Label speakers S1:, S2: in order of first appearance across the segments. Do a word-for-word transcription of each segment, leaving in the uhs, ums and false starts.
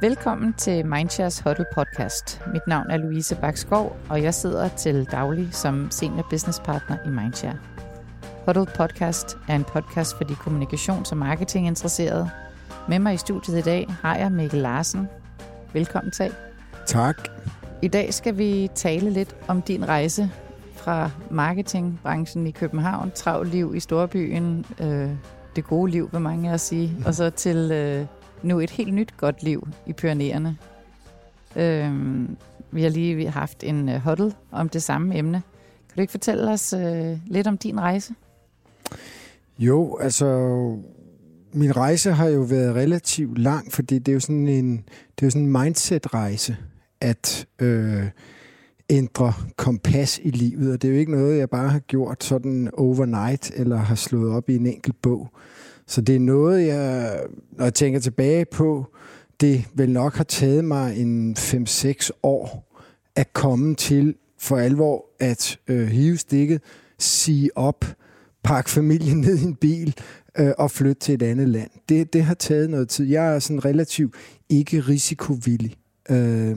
S1: Velkommen til Mindshares Huddle podcast. Mit navn er Louise Bakskov, og jeg sidder til daglig som senior business partner i Mindshare. Huddle podcast er en podcast for de kommunikations- og marketinginteresserede. Med mig i studiet i dag har jeg Mikkel Larsen. Velkommen til.
S2: Tak.
S1: I dag skal vi tale lidt om din rejse fra marketingbranchen i København, travlt liv i storbyen, øh, det gode liv, vil mange af os sige, og så til øh, nu et helt nyt godt liv i Pyrenæerne. Øh, vi har lige haft en uh, huddle om det samme emne. Kan du ikke fortælle os øh, lidt om din rejse?
S2: Jo, altså min rejse har jo været relativt lang, fordi det er jo sådan en, det er jo sådan en mindset-rejse at øh, ændre kompas i livet, og det er jo ikke noget, jeg bare har gjort sådan overnight, eller har slået op i en enkelt bog. Så det er noget, jeg, når jeg tænker tilbage på, det vil nok have taget mig en fem seks år at komme til for alvor at øh, hive stikket, sige op, pakke familien ned i en bil øh, og flytte til et andet land. Det, det har taget noget tid. Jeg er sådan relativt ikke risikovillig. Øh,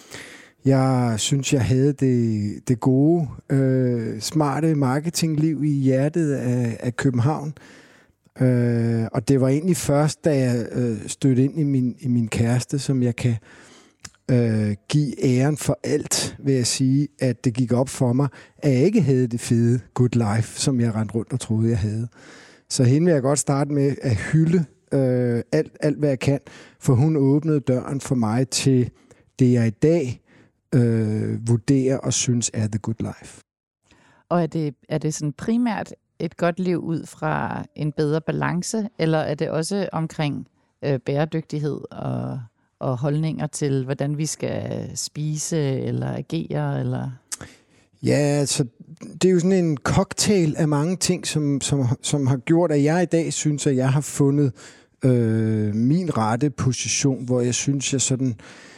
S2: jeg synes, jeg havde det, det gode, øh, smarte marketingliv i hjertet af, af København. Øh, og det var egentlig først, da jeg øh, stødte ind i min, i min kæreste, som jeg kan øh, give æren for alt, vil jeg sige, at det gik op for mig, at jeg ikke havde det fede good life, som jeg rendte rundt og troede, jeg havde. Så hende vil jeg godt starte med at hylde øh, alt, alt, hvad jeg kan, for hun åbnede døren for mig til det, jeg i dag øh, vurderer og synes er the good life.
S1: Og er det, er det sådan primært et godt liv ud fra en bedre balance, eller er det også omkring øh, bæredygtighed og, og holdninger til, hvordan vi skal spise eller agere? Eller?
S2: Ja, altså, det er jo sådan en cocktail af mange ting, som, som, som har gjort, at jeg i dag synes, at jeg har fundet øh, min rette position, hvor jeg synes, jeg sådan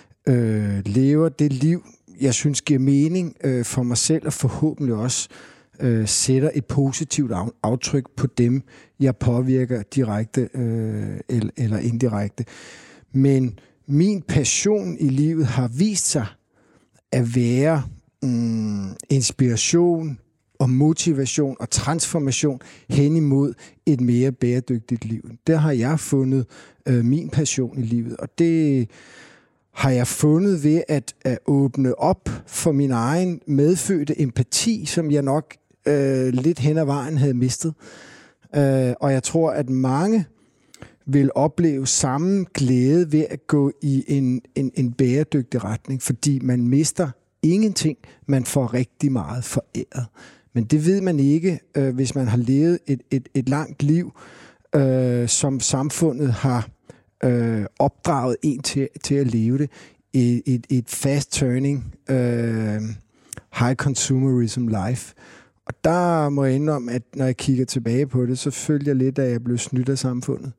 S2: øh, lever det liv, jeg synes giver mening øh, for mig selv, og forhåbentlig også øh, sætter et positivt aftryk på dem, jeg påvirker direkte øh, eller, eller indirekte. Men min passion i livet har vist sig at være mm, inspiration og motivation og transformation hen imod et mere bæredygtigt liv. Der har jeg fundet øh, min passion i livet, og det har jeg fundet ved at, at åbne op for min egen medfødte empati, som jeg nok øh, lidt hen ad vejen havde mistet. Øh, og jeg tror, at mange vil opleve samme glæde ved at gå i en, en, en bæredygtig retning, fordi man mister ingenting, man får rigtig meget foræret. Men det ved man ikke, øh, hvis man har levet et, et, et langt liv, øh, som samfundet har Øh, opdraget en til, til at leve det i et, et fast-turning, øh, high consumerism life. Og der må jeg indrømme, at når jeg kigger tilbage på det, så følger jeg lidt, at jeg blev snydt af samfundet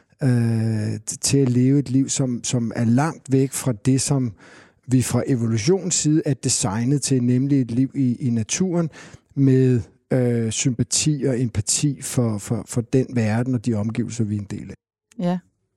S2: øh, til at leve et liv, som, som er langt væk fra det, som vi fra evolutionens side er designet til, nemlig et liv i, i naturen med øh, sympati og empati for, for, for den verden og de omgivelser, vi er en del af.
S1: Ja.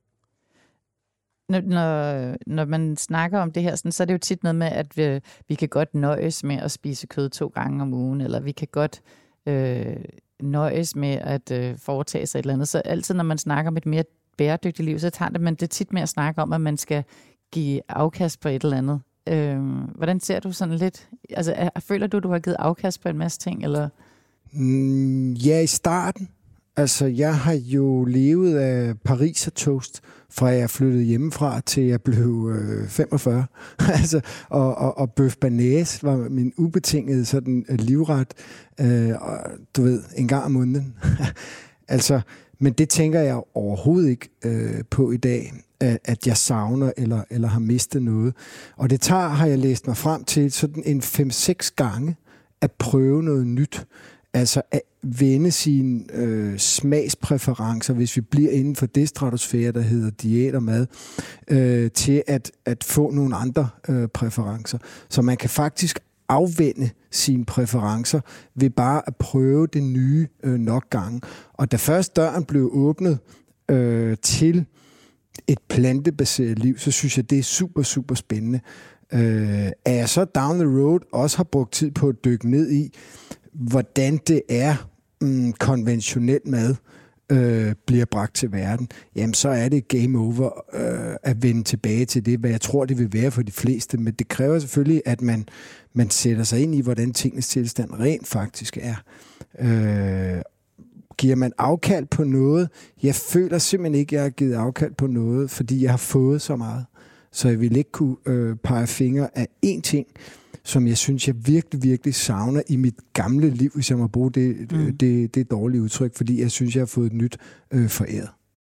S1: Når, når man snakker om det her, sådan, så er det jo tit noget med, at vi, vi kan godt nøjes med at spise kød to gange om ugen, eller vi kan godt øh, nøjes med at øh, foretage sig et eller andet. Så altid, når man snakker om et mere bæredygtigt liv, så tager det, man det tit med at snakke om, at man skal give afkast på et eller andet. Øh, hvordan ser du sådan lidt? Altså, er, føler du, du har givet afkast på en masse ting? Eller?
S2: Mm, ja, i starten. Altså, jeg har jo levet af parisertoast, fra jeg flyttede hjemmefra til jeg blev øh, femogfyrre. altså, og, og, og bøf banæs var min ubetingede sådan livret, øh, og, du ved, en gang om måneden. altså, men det tænker jeg overhovedet ikke øh, på i dag, at jeg savner eller, eller har mistet noget. Og det tager, har jeg læst mig frem til, sådan en fem seks gange at prøve noget nyt. Altså at vende sine øh, smagspræferencer, hvis vi bliver inden for det stratosfære, der hedder diæt og mad, øh, til at, at få nogle andre øh, præferencer. Så man kan faktisk afvende sine præferencer ved bare at prøve det nye øh, nok gange. Og da først døren blev åbnet øh, til et plantebaseret liv, så synes jeg, det er super, super spændende. Øh, at jeg så down the road også har brugt tid på at dykke ned i, hvordan det er, mm, konventionel mad øh, bliver bragt til verden, jamen så er det game over øh, at vende tilbage til det, hvad jeg tror, det vil være for de fleste. Men det kræver selvfølgelig, at man, man sætter sig ind i, hvordan tingens tilstand rent faktisk er. Øh, giver man afkald på noget? Jeg føler simpelthen ikke, at jeg har givet afkald på noget, fordi jeg har fået så meget. Så jeg vil ikke kunne øh, pege fingre af én ting, som jeg synes, jeg virkelig, virkelig savner i mit gamle liv, hvis jeg må bruge det, mm. det, det dårlige udtryk, fordi jeg synes, jeg har fået et nyt øh, foræret.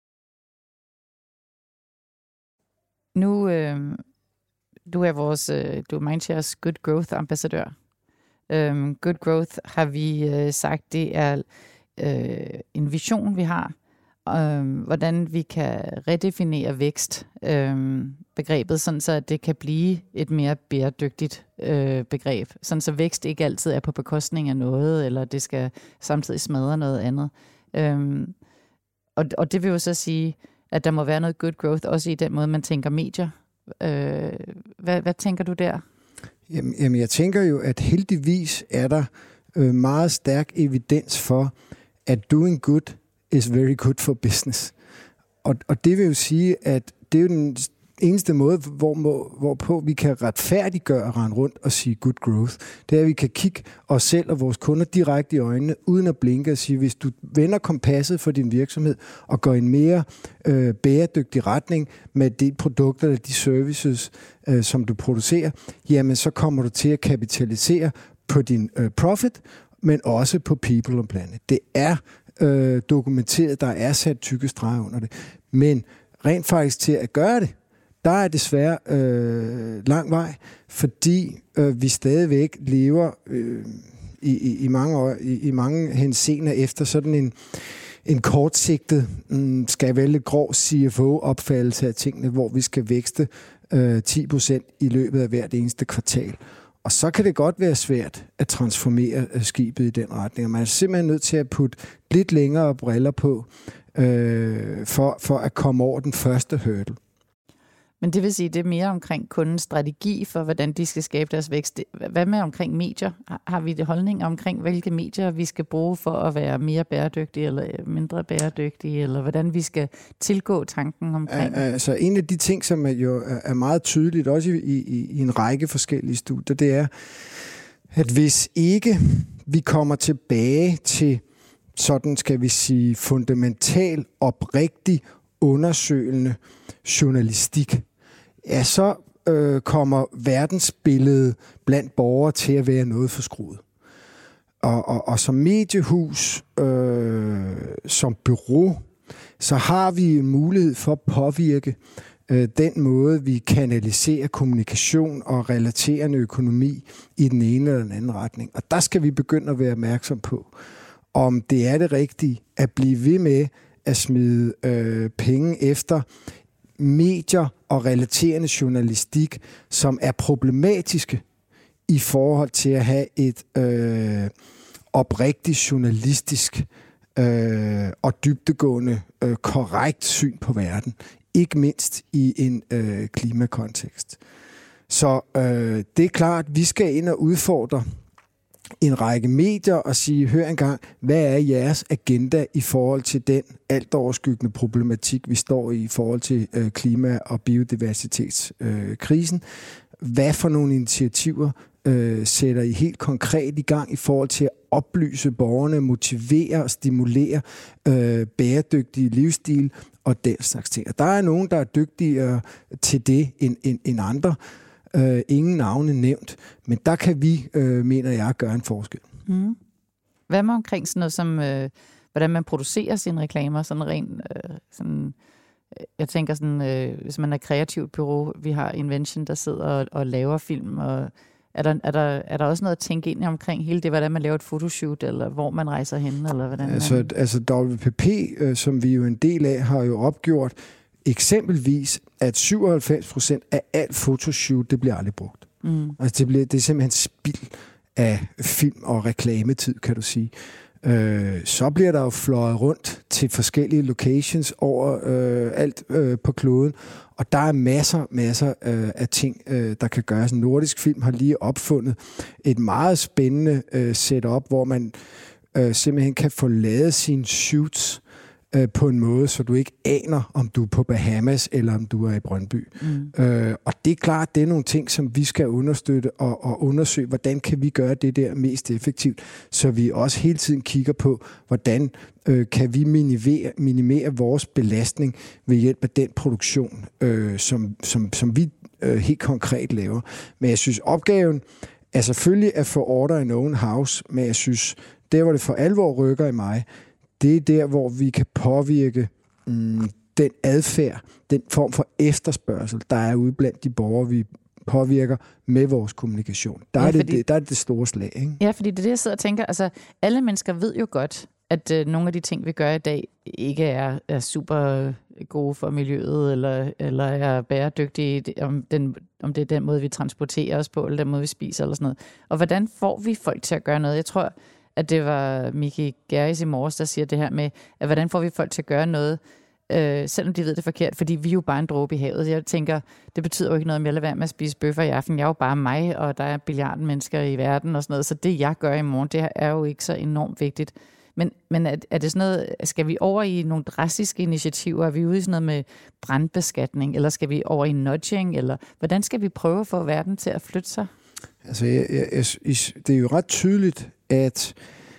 S1: Nu, øh, du er vores, øh, du er Mindshares Good Growth ambassadør. Um, Good Growth har vi øh, sagt, det er øh, en vision, vi har, øh, hvordan vi kan redefinere vækst, øh, begrebet, sådan så at det kan blive et mere bæredygtigt øh, begreb. Sådan så vækst ikke altid er på bekostning af noget, eller det skal samtidig smadre noget andet. Øh, og, og det vil jo så sige, at der må være noget good growth, også i den måde, man tænker medier. Øh, hvad, hvad tænker du der?
S2: Jamen, jamen, jeg tænker jo, at heldigvis er der øh, meget stærk evidens for, at doing good is very good for business. Og, og det vil jo sige, at det er jo den eneste måde, hvor må, hvorpå vi kan retfærdiggøre og rende rundt og sige good growth. Det er, at vi kan kigge os selv og vores kunder direkte i øjnene, uden at blinke og sige, hvis du vender kompasset for din virksomhed og går i en mere øh, bæredygtig retning med de produkter eller de services, øh, som du producerer, jamen så kommer du til at kapitalisere på din øh, profit, men også på people and planet. Det er øh, dokumenteret, der er sat tykke streger under det. Men rent faktisk til at gøre det, der er desværre øh, lang vej, fordi øh, vi stadigvæk lever øh, i, i, i mange år, i, i mange henseender efter sådan en, en kortsigtet, mm, skal vel lidt grov C F O-opfattelse af tingene, hvor vi skal vækste øh, ti procent i løbet af hvert eneste kvartal. Og så kan det godt være svært at transformere øh, skibet i den retning. Man er simpelthen nødt til at putte lidt længere briller på, øh, for, for at komme over den første hurdle.
S1: Men det vil sige, det er mere omkring kundens strategi for, hvordan de skal skabe deres vækst. Hvad med omkring medier? Har vi det holdning omkring, hvilke medier vi skal bruge for at være mere bæredygtige eller mindre bæredygtige, eller hvordan vi skal tilgå tanken omkring?
S2: Altså en af de ting, som er jo er meget tydeligt, også i, i, i en række forskellige studier, det er, at hvis ikke vi kommer tilbage til sådan, skal vi sige, fundamental, oprigtig, undersøgende journalistik, ja, så øh, kommer verdensbilledet blandt borgere til at være noget forskruet. Og, og, og som mediehus, øh, som bureau, så har vi en mulighed for at påvirke øh, den måde, vi kanaliserer kommunikation og relaterende økonomi i den ene eller den anden retning. Og der skal vi begynde at være opmærksom på, om det er det rigtige at blive ved med at smide øh, penge efter medier og relaterende journalistik, som er problematiske i forhold til at have et øh, oprigtigt journalistisk øh, og dybdegående øh, korrekt syn på verden. Ikke mindst i en øh, klimakontekst. Så øh, det er klart, at vi skal ind og udfordre en række medier og sige, hør engang, hvad er jeres agenda i forhold til den alt overskyggende problematik, vi står i i forhold til øh, klima- og biodiversitetskrisen? Øh, hvad for nogle initiativer øh, sætter I helt konkret i gang i forhold til at oplyse borgerne, motivere og stimulere øh, bæredygtige livsstil og den slags ting? Der er nogen, der er dygtigere til det end, end, end andre. Uh, ingen navne nævnt, men der kan vi, uh, mener jeg, gøre en forskel.
S1: Mm. Hvad med omkring sådan noget som, uh, hvordan man producerer sine reklamer, sådan rent, uh, sådan, uh, jeg tænker sådan, uh, hvis man er kreativt bureau, vi har Invention, der sidder og, og laver film, og er der, er, der, er der også noget at tænke ind omkring hele det, hvordan man laver et fotoshoot, eller hvor man rejser hen, eller hvordan
S2: altså,
S1: man...
S2: altså W P P, uh, som vi er jo en del af, har jo opgjort, eksempelvis, at syvoghalvfems procent af alt fotoshoot, det bliver aldrig brugt. Mm. Altså det, bliver, det er simpelthen spild af film- og reklametid, kan du sige. øh, så bliver der jo fløjet rundt til forskellige locations over øh, alt øh, på kloden, og der er masser, masser øh, af ting, øh, der kan gøres. Nordisk Film har lige opfundet et meget spændende øh, setup, hvor man øh, simpelthen kan få lavet sine shoots øh, på en måde, så du ikke aner, om du er på Bahamas, eller om du er i Brøndby. Mm. Øh, og det er klart, det er nogle ting, som vi skal understøtte og, og undersøge, hvordan kan vi gøre det der mest effektivt, så vi også hele tiden kigger på, hvordan øh, kan vi minimere, minimere vores belastning ved hjælp af den produktion, øh, som, som, som vi øh, helt konkret laver. Men jeg synes, opgaven er selvfølgelig at få order in own house, men jeg synes, der hvor det for alvor rykker i mig, det er der, hvor vi kan påvirke mm, den adfærd, den form for efterspørgsel, der er ude blandt de borgere, vi påvirker med vores kommunikation. Der, ja, er, fordi, det, der er det store slag. Ikke?
S1: Ja, fordi det er det, jeg sidder og tænker. Altså, alle mennesker ved jo godt, at øh, nogle af de ting, vi gør i dag, ikke er, er super gode for miljøet, eller, eller er bæredygtige, om, den, om det er den måde, vi transporterer os på, eller den måde, vi spiser, eller sådan noget. Og hvordan får vi folk til at gøre noget? Jeg tror, at det var Miki Gerris i morges, der siger det her med, at hvordan får vi folk til at gøre noget, øh, selvom de ved det forkert, fordi vi er jo bare en dråbe i havet. Jeg tænker, det betyder jo ikke noget, om jeg lader være med at spise bøffer i aften. Jeg er jo bare mig, og der er billiarden mennesker i verden og sådan noget, så det, jeg gør i morgen, det er jo ikke så enormt vigtigt. Men, men er, er det sådan noget, skal vi over i nogle drastiske initiativer? Er vi ude i sådan noget med brandbeskatning, eller skal vi over i nudging, eller hvordan skal vi prøve at få verden til at flytte sig?
S2: Altså, jeg, jeg, jeg, det er jo ret tydeligt, at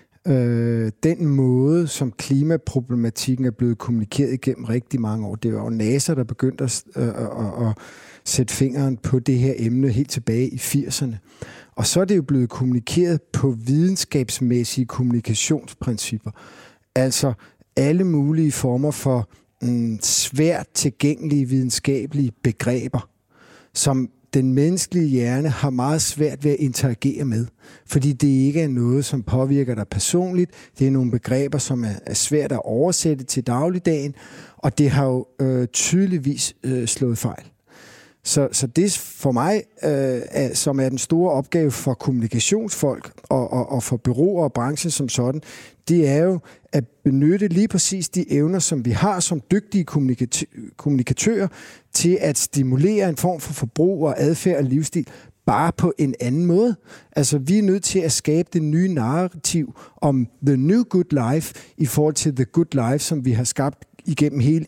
S2: øh, den måde, som klimaproblematikken er blevet kommunikeret igennem rigtig mange år, det var jo NASA, der begyndte at, øh, at, at sætte fingeren på det her emne helt tilbage i firserne. Og så er det jo blevet kommunikeret på videnskabsmæssige kommunikationsprincipper. Altså alle mulige former for mm, svært tilgængelige videnskabelige begreber, som den menneskelige hjerne har meget svært ved at interagere med, fordi det ikke er noget, som påvirker dig personligt. Det er nogle begreber, som er, er svært at oversætte til dagligdagen, og det har jo øh, tydeligvis øh, slået fejl. Så, så det for mig, øh, er, som er den store opgave for kommunikationsfolk og, og, og for bureauer og branchen som sådan, det er jo at benytte lige præcis de evner, som vi har som dygtige kommunikatø- kommunikatører, til at stimulere en form for forbrug og adfærd og livsstil, bare på en anden måde. Altså, vi er nødt til at skabe det nye narrativ om the new good life i forhold til the good life, som vi har skabt igennem hele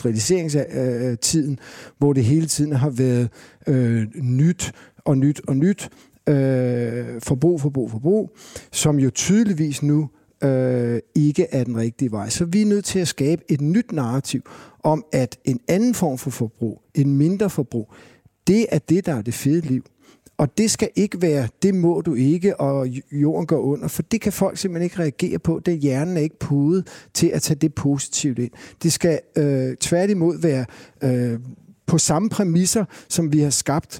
S2: industrialiseringstiden, hvor det hele tiden har været øh, nyt og nyt og nyt, øh, forbrug, forbrug, forbrug, som jo tydeligvis nu øh, ikke er den rigtige vej. Så vi er nødt til at skabe et nyt narrativ om, at en anden form for forbrug, en mindre forbrug, det er det, der er det fede liv. Og det skal ikke være, det må du ikke, og jorden går under, for det kan folk simpelthen ikke reagere på. Det hjernen er ikke pudet til at tage det positivt ind. Det skal øh, tværtimod være øh, på samme præmisser, som vi har skabt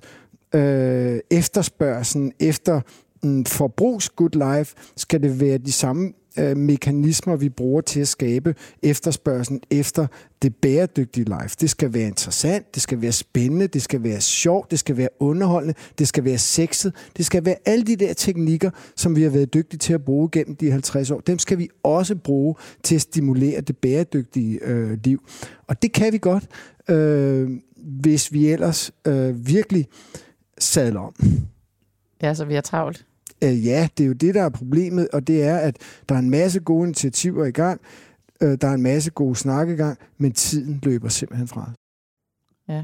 S2: øh, efterspørgslen efter mm, forbrugs good life, skal det være de samme øh, mekanismer, vi bruger til at skabe efterspørgslen efter det bæredygtige life. Det skal være interessant, det skal være spændende, det skal være sjovt, det skal være underholdende, det skal være sexet, det skal være alle de der teknikker, som vi har været dygtige til at bruge gennem de halvtreds år. Dem skal vi også bruge til at stimulere det bæredygtige øh, liv. Og det kan vi godt, øh, hvis vi ellers øh, virkelig sadler om.
S1: Ja, så vi er travlt.
S2: Ja, det er jo det, der er problemet, og det er, at der er en masse gode initiativer i gang, øh, der er en masse gode snakke i gang, men tiden løber simpelthen fra.
S1: Ja.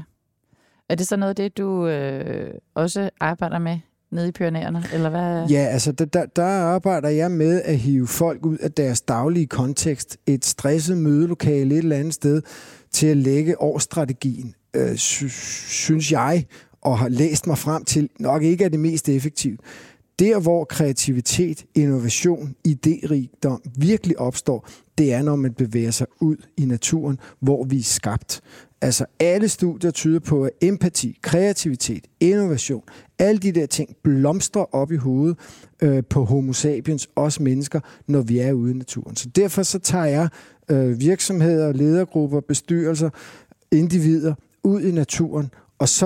S1: Er det så noget af det, du øh, også arbejder med nede i Pyrenæerne, eller hvad?
S2: Ja, altså der, der arbejder jeg med at hive folk ud af deres daglige kontekst, et stresset mødelokale et eller andet sted, til at lægge årsstrategien, øh, sy- synes jeg, og har læst mig frem til, nok ikke er det mest effektivt. Der, hvor kreativitet, innovation, idérigdom virkelig opstår, det er, når man bevæger sig ud i naturen, hvor vi er skabt. Altså alle studier tyder på, at empati, kreativitet, innovation, alle de der ting blomstrer op i hovedet øh, på homo sapiens, os mennesker, når vi er ude i naturen. Så derfor så tager jeg øh, virksomheder, ledergrupper, bestyrelser, individer ud i naturen, og så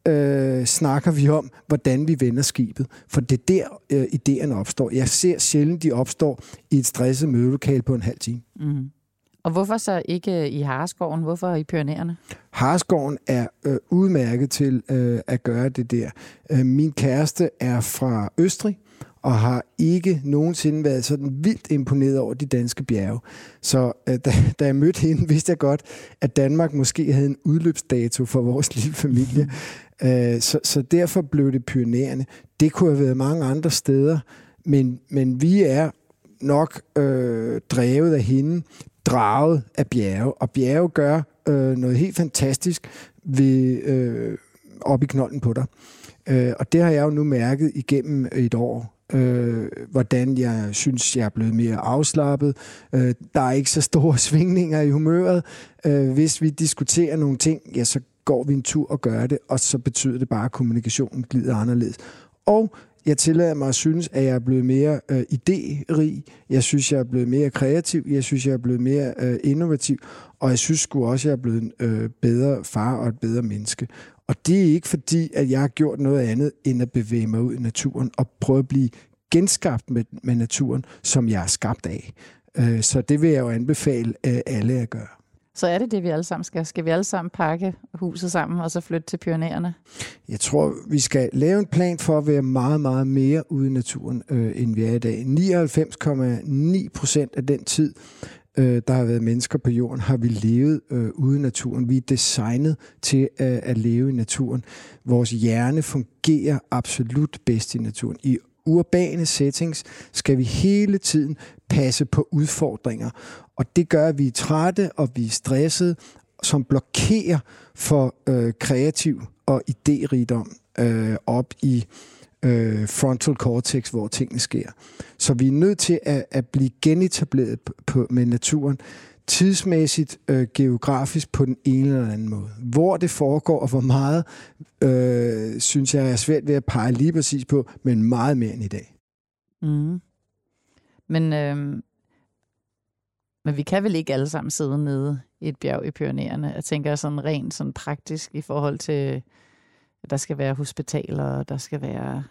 S2: øh, snakker vi om, hvordan vi vender skibet. For det er der, øh, idéerne opstår. Jeg ser sjældent, de opstår i et stresset mødelokale på en halv time.
S1: Mm. Og hvorfor så ikke i Hareskoven? Hvorfor i Pyrenæerne?
S2: Hareskoven er øh, udmærket til øh, at gøre det der. Øh, min kæreste er fra Østrig, og har ikke nogensinde været sådan vildt imponeret over de danske bjerge. Så øh, da, da jeg mødte hende, vidste jeg godt, at Danmark måske havde en udløbsdato for vores lille familie. øh, så, så derfor blev det Pyrenæerne. Det kunne have været mange andre steder, men, men vi er nok øh, drevet af hende, draget af bjerge. Og bjerge gør øh, noget helt fantastisk ved, øh, op i knolden på dig. Øh, og det har jeg jo nu mærket igennem et år. Øh, hvordan jeg synes, jeg er blevet mere afslappet. Øh, der er ikke så store svingninger i humøret. Øh, hvis vi diskuterer nogle ting, ja, så går vi en tur og gør det, og så betyder det bare, at kommunikationen glider anderledes. Og jeg tillader mig at synes, at jeg er blevet mere øh, idérig. Jeg synes, jeg er blevet mere kreativ. Jeg synes, jeg er blevet mere øh, innovativ. Og jeg synes sgu også, at jeg er blevet en øh, bedre far og et bedre menneske. Og det er ikke fordi, at jeg har gjort noget andet, end at bevæge mig ud i naturen og prøve at blive genskabt med, med naturen, som jeg er skabt af. Øh, så det vil jeg jo anbefale øh, alle at gøre.
S1: Så er det det, vi alle sammen skal. Skal vi alle sammen pakke huset sammen og så flytte til Pyrenæerne?
S2: Jeg tror, vi skal lave en plan for at være meget, meget mere ude i naturen, øh, end vi er i dag. nioghalvfems komma ni procent af den tid, øh, der har været mennesker på jorden, har vi levet øh, ude i naturen. Vi er designet til øh, at leve i naturen. Vores hjerne fungerer absolut bedst i naturen. I urbane settings skal vi hele tiden passe på udfordringer. Og det gør, at vi er trætte og vi er stressede, som blokerer for øh, kreativ og idérigdom øh, op i øh, frontal cortex, hvor tingene sker. Så vi er nødt til at, at blive genetableret på, med naturen, tidsmæssigt, øh, geografisk på den ene eller anden måde. Hvor det foregår og hvor meget, øh, synes jeg er svært ved at pege lige præcis på, men meget mere end i dag.
S1: Mm. Men, øh, men vi kan vel ikke alle sammen sidde nede i et bjerg i Pyrenæerne? Jeg tænker sådan rent sådan praktisk i forhold til, at der skal være hospitaler, der skal være...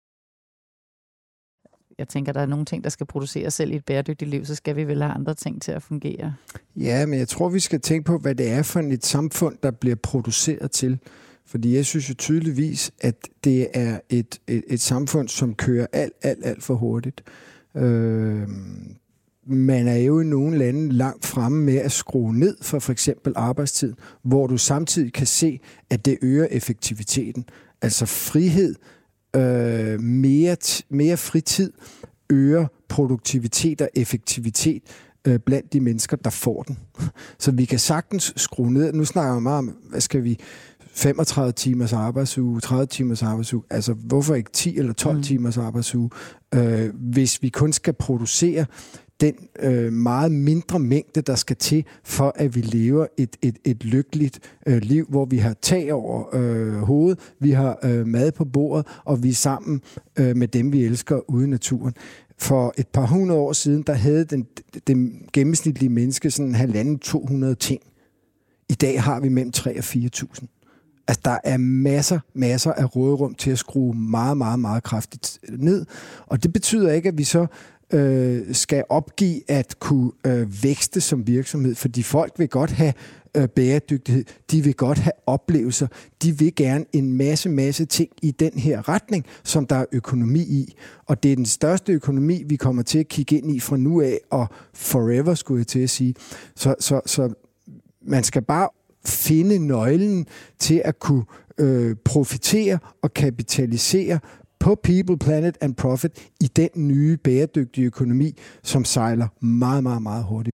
S1: Jeg tænker, der er nogle ting, der skal produceres selv i et bæredygtigt liv, så skal vi vel have andre ting til at fungere.
S2: Ja, men jeg tror, vi skal tænke på, hvad det er for et samfund, der bliver produceret til. Fordi jeg synes jo tydeligvis, at det er et, et, et samfund, som kører alt, alt, alt for hurtigt. Øh, man er jo i nogle lande langt fremme med at skrue ned for for eksempel arbejdstid, hvor du samtidig kan se, at det øger effektiviteten. Altså frihed, øh, mere, mere fritid øger produktivitet og effektivitet øh, blandt de mennesker, der får den. Så vi kan sagtens skrue ned. Nu snakker man meget om, hvad skal vi... femogtredive timers arbejdsuge, tredive timers arbejdsuge, altså hvorfor ikke ti eller tolv mm. timers arbejdsuge, øh, hvis vi kun skal producere den øh, meget mindre mængde, der skal til, for at vi lever et, et, et lykkeligt øh, liv, hvor vi har tag over øh, hovedet, vi har øh, mad på bordet, og vi er sammen øh, med dem, vi elsker ude i naturen. For et par hundrede år siden, der havde den, den gennemsnitlige menneske sådan halvanden to hundrede ting. I dag har vi mellem tre og fire tusind. Altså, der er masser, masser af råderum til at skrue meget, meget, meget kraftigt ned. Og det betyder ikke, at vi så øh, skal opgive at kunne øh, vækste som virksomhed, fordi folk vil godt have øh, bæredygtighed, de vil godt have oplevelser, de vil gerne en masse, masse ting i den her retning, som der er økonomi i. Og det er den største økonomi, vi kommer til at kigge ind i fra nu af, og forever, skulle jeg til at sige. Så, så, så man skal bare finde nøglen til at kunne øh, profitere og kapitalisere på People, Planet and Profit i den nye bæredygtige økonomi, som sejler meget, meget, meget hurtigt.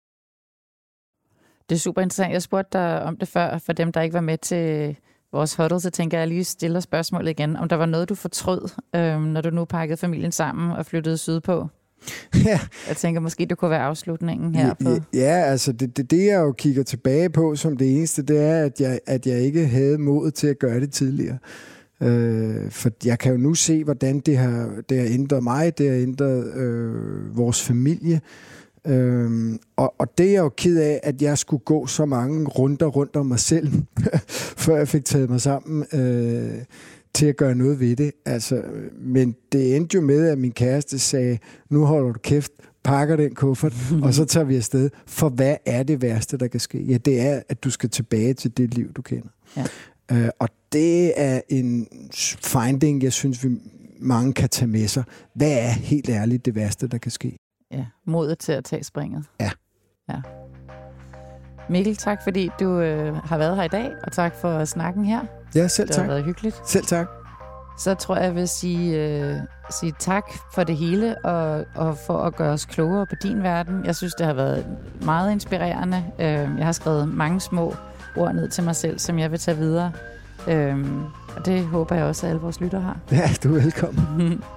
S1: Det er super interessant. Jeg spurgte dig om det før, for dem, der ikke var med til vores huddle, så tænker jeg, at jeg lige stiller spørgsmålet igen, om der var noget, du fortrød, øh, når du nu pakkede familien sammen og flyttede sydpå?
S2: Ja.
S1: Jeg tænker måske, det kunne være afslutningen her på...
S2: Ja, altså det, det, det jeg jo kigger tilbage på som det eneste, det er, at jeg, at jeg ikke havde modet til at gøre det tidligere. Øh, for jeg kan jo nu se, hvordan det har, det har ændret mig, det har ændret øh, vores familie. Øhm, og, og det er jeg jo ked af, at jeg skulle gå så mange runder rundt om mig selv, før jeg fik taget mig sammen øh, til at gøre noget ved det. Altså, men det endte jo med, at min kæreste sagde, nu holder du kæft, pakker den kuffert, og så tager vi afsted. For hvad er det værste, der kan ske? Ja, det er, at du skal tilbage til det liv, du kender. Ja. Øh, og det er en finding, jeg synes, vi mange kan tage med sig. Hvad er helt ærligt det værste, der kan ske?
S1: Ja, modet til at tage springet.
S2: Ja.
S1: ja. Mikkel, tak fordi du øh, har været her i dag, og tak for snakken her.
S2: Ja, selv tak.
S1: Det har været hyggeligt.
S2: Selv tak.
S1: Så tror jeg, jeg vil sige, øh, sige tak for det hele, og, og for at gøre os klogere på din verden. Jeg synes, det har været meget inspirerende. Øh, jeg har skrevet mange små ord ned til mig selv, som jeg vil tage videre. Øh, og det håber jeg også, at alle vores lyttere har.
S2: Ja, du er velkommen.